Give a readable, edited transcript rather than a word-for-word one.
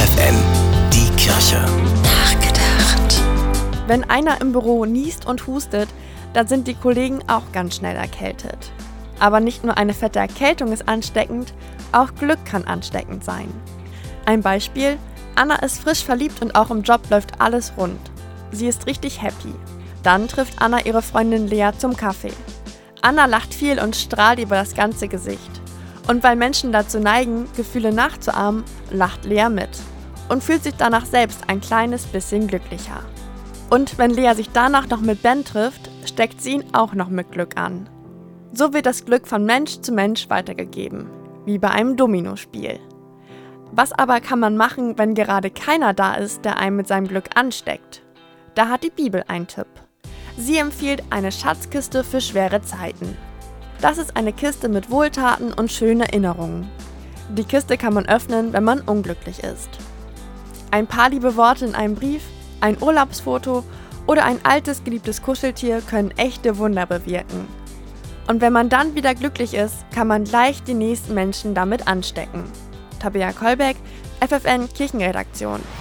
FFN, die Kirche. Nachgedacht. Wenn einer im Büro niest und hustet, dann sind die Kollegen auch ganz schnell erkältet. Aber nicht nur eine fette Erkältung ist ansteckend, auch Glück kann ansteckend sein. Ein Beispiel: Anna ist frisch verliebt und auch im Job läuft alles rund. Sie ist richtig happy. Dann trifft Anna ihre Freundin Lea zum Kaffee. Anna lacht viel und strahlt über das ganze Gesicht. Und weil Menschen dazu neigen, Gefühle nachzuahmen, lacht Lea mit und fühlt sich danach selbst ein kleines bisschen glücklicher. Und wenn Lea sich danach noch mit Ben trifft, steckt sie ihn auch noch mit Glück an. So wird das Glück von Mensch zu Mensch weitergegeben, wie bei einem Dominospiel. Was aber kann man machen, wenn gerade keiner da ist, der einen mit seinem Glück ansteckt? Da hat die Bibel einen Tipp. Sie empfiehlt eine Schatzkiste für schwere Zeiten. Das ist eine Kiste mit Wohltaten und schönen Erinnerungen. Die Kiste kann man öffnen, wenn man unglücklich ist. Ein paar liebe Worte in einem Brief, ein Urlaubsfoto oder ein altes, geliebtes Kuscheltier können echte Wunder bewirken. Und wenn man dann wieder glücklich ist, kann man gleich die nächsten Menschen damit anstecken. Tabea Kolbeck, FFN Kirchenredaktion.